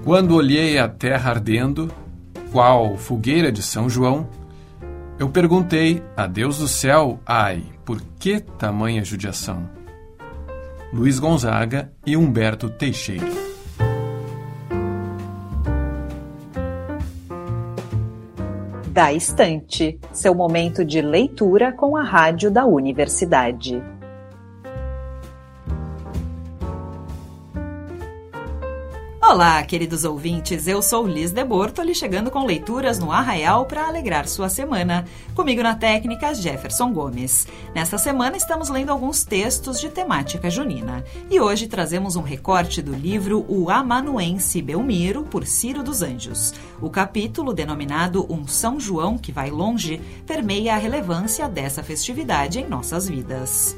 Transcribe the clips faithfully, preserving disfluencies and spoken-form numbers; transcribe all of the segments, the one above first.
Quando olhei a terra ardendo, qual fogueira de São João, eu perguntei a Deus do céu, ai, por que tamanha judiação? Luiz Gonzaga e Humberto Teixeira. Da Estante, seu momento de leitura com a rádio da universidade. Olá, queridos ouvintes, eu sou Liz de Bortoli, chegando com leituras no Arraial para alegrar sua semana. Comigo na técnica, Jefferson Gomes. Nesta semana estamos lendo alguns textos de temática junina. E hoje trazemos um recorte do livro O Amanuense Belmiro, por Ciro dos Anjos. O capítulo, denominado Um São João que vai longe, permeia a relevância dessa festividade em nossas vidas.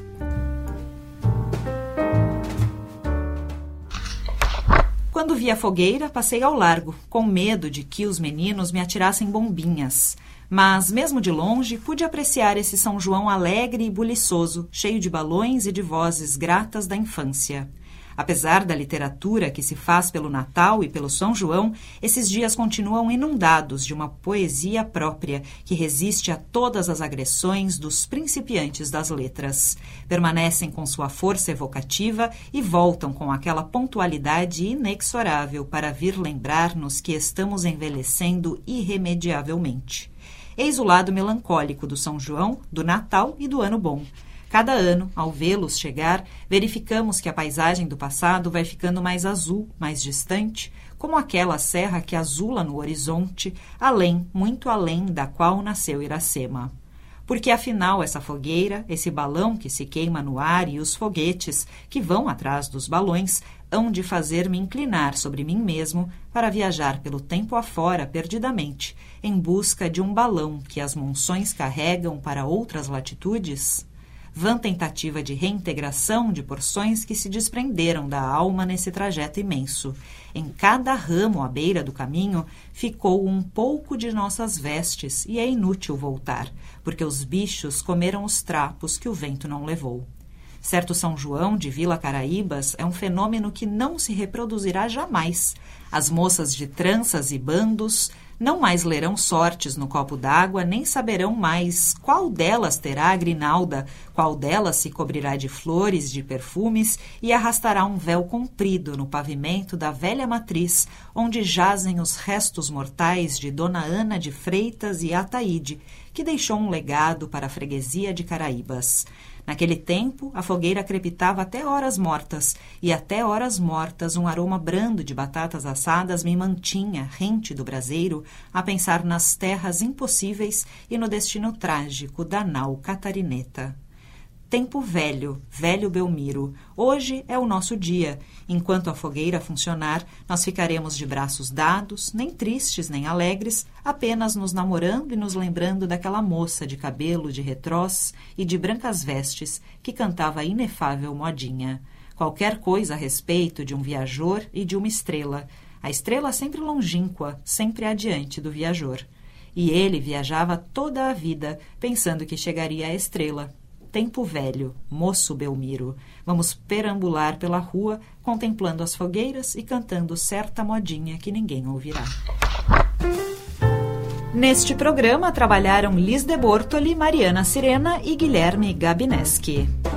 Quando vi a fogueira, passei ao largo, com medo de que os meninos me atirassem bombinhas. Mas, mesmo de longe, pude apreciar esse São João alegre e buliçoso, cheio de balões e de vozes gratas da infância. Apesar da literatura que se faz pelo Natal e pelo São João, esses dias continuam inundados de uma poesia própria que resiste a todas as agressões dos principiantes das letras. Permanecem com sua força evocativa e voltam com aquela pontualidade inexorável para vir lembrar-nos que estamos envelhecendo irremediavelmente. Eis o lado melancólico do São João, do Natal e do Ano Bom. Cada ano, ao vê-los chegar, verificamos que a paisagem do passado vai ficando mais azul, mais distante, como aquela serra que azula no horizonte, além, muito além da qual nasceu Iracema. Porque, afinal, essa fogueira, esse balão que se queima no ar e os foguetes que vão atrás dos balões hão de fazer-me inclinar sobre mim mesmo para viajar pelo tempo afora perdidamente, em busca de um balão que as monções carregam para outras latitudes? Vã tentativa de reintegração de porções que se desprenderam da alma nesse trajeto imenso. Em cada ramo à beira do caminho ficou um pouco de nossas vestes e é inútil voltar, porque os bichos comeram os trapos que o vento não levou. Certo São João de Vila Caraíbas é um fenômeno que não se reproduzirá jamais. As moças de tranças e bandos não mais lerão sortes no copo d'água, nem saberão mais qual delas terá a grinalda, qual delas se cobrirá de flores, de perfumes e arrastará um véu comprido no pavimento da velha matriz, onde jazem os restos mortais de Dona Ana de Freitas e Ataíde, que deixou um legado para a freguesia de Caraíbas. Naquele tempo, a fogueira crepitava até horas mortas, e até horas mortas um aroma brando de batatas assadas me mantinha, rente do braseiro, a pensar nas terras impossíveis e no destino trágico da nau Catarineta. Tempo velho, velho Belmiro, hoje é o nosso dia. Enquanto a fogueira funcionar, nós ficaremos de braços dados, nem tristes nem alegres, apenas nos namorando e nos lembrando daquela moça de cabelo de retrós e de brancas vestes que cantava a inefável modinha. Qualquer coisa a respeito de um viajor e de uma estrela. A estrela sempre longínqua, sempre adiante do viajor. E ele viajava toda a vida, pensando que chegaria à estrela. Tempo velho, moço Belmiro. Vamos perambular pela rua, contemplando as fogueiras e cantando certa modinha que ninguém ouvirá. Neste programa trabalharam Liz de Bortoli, Mariana Sirena e Guilherme Gabineschi.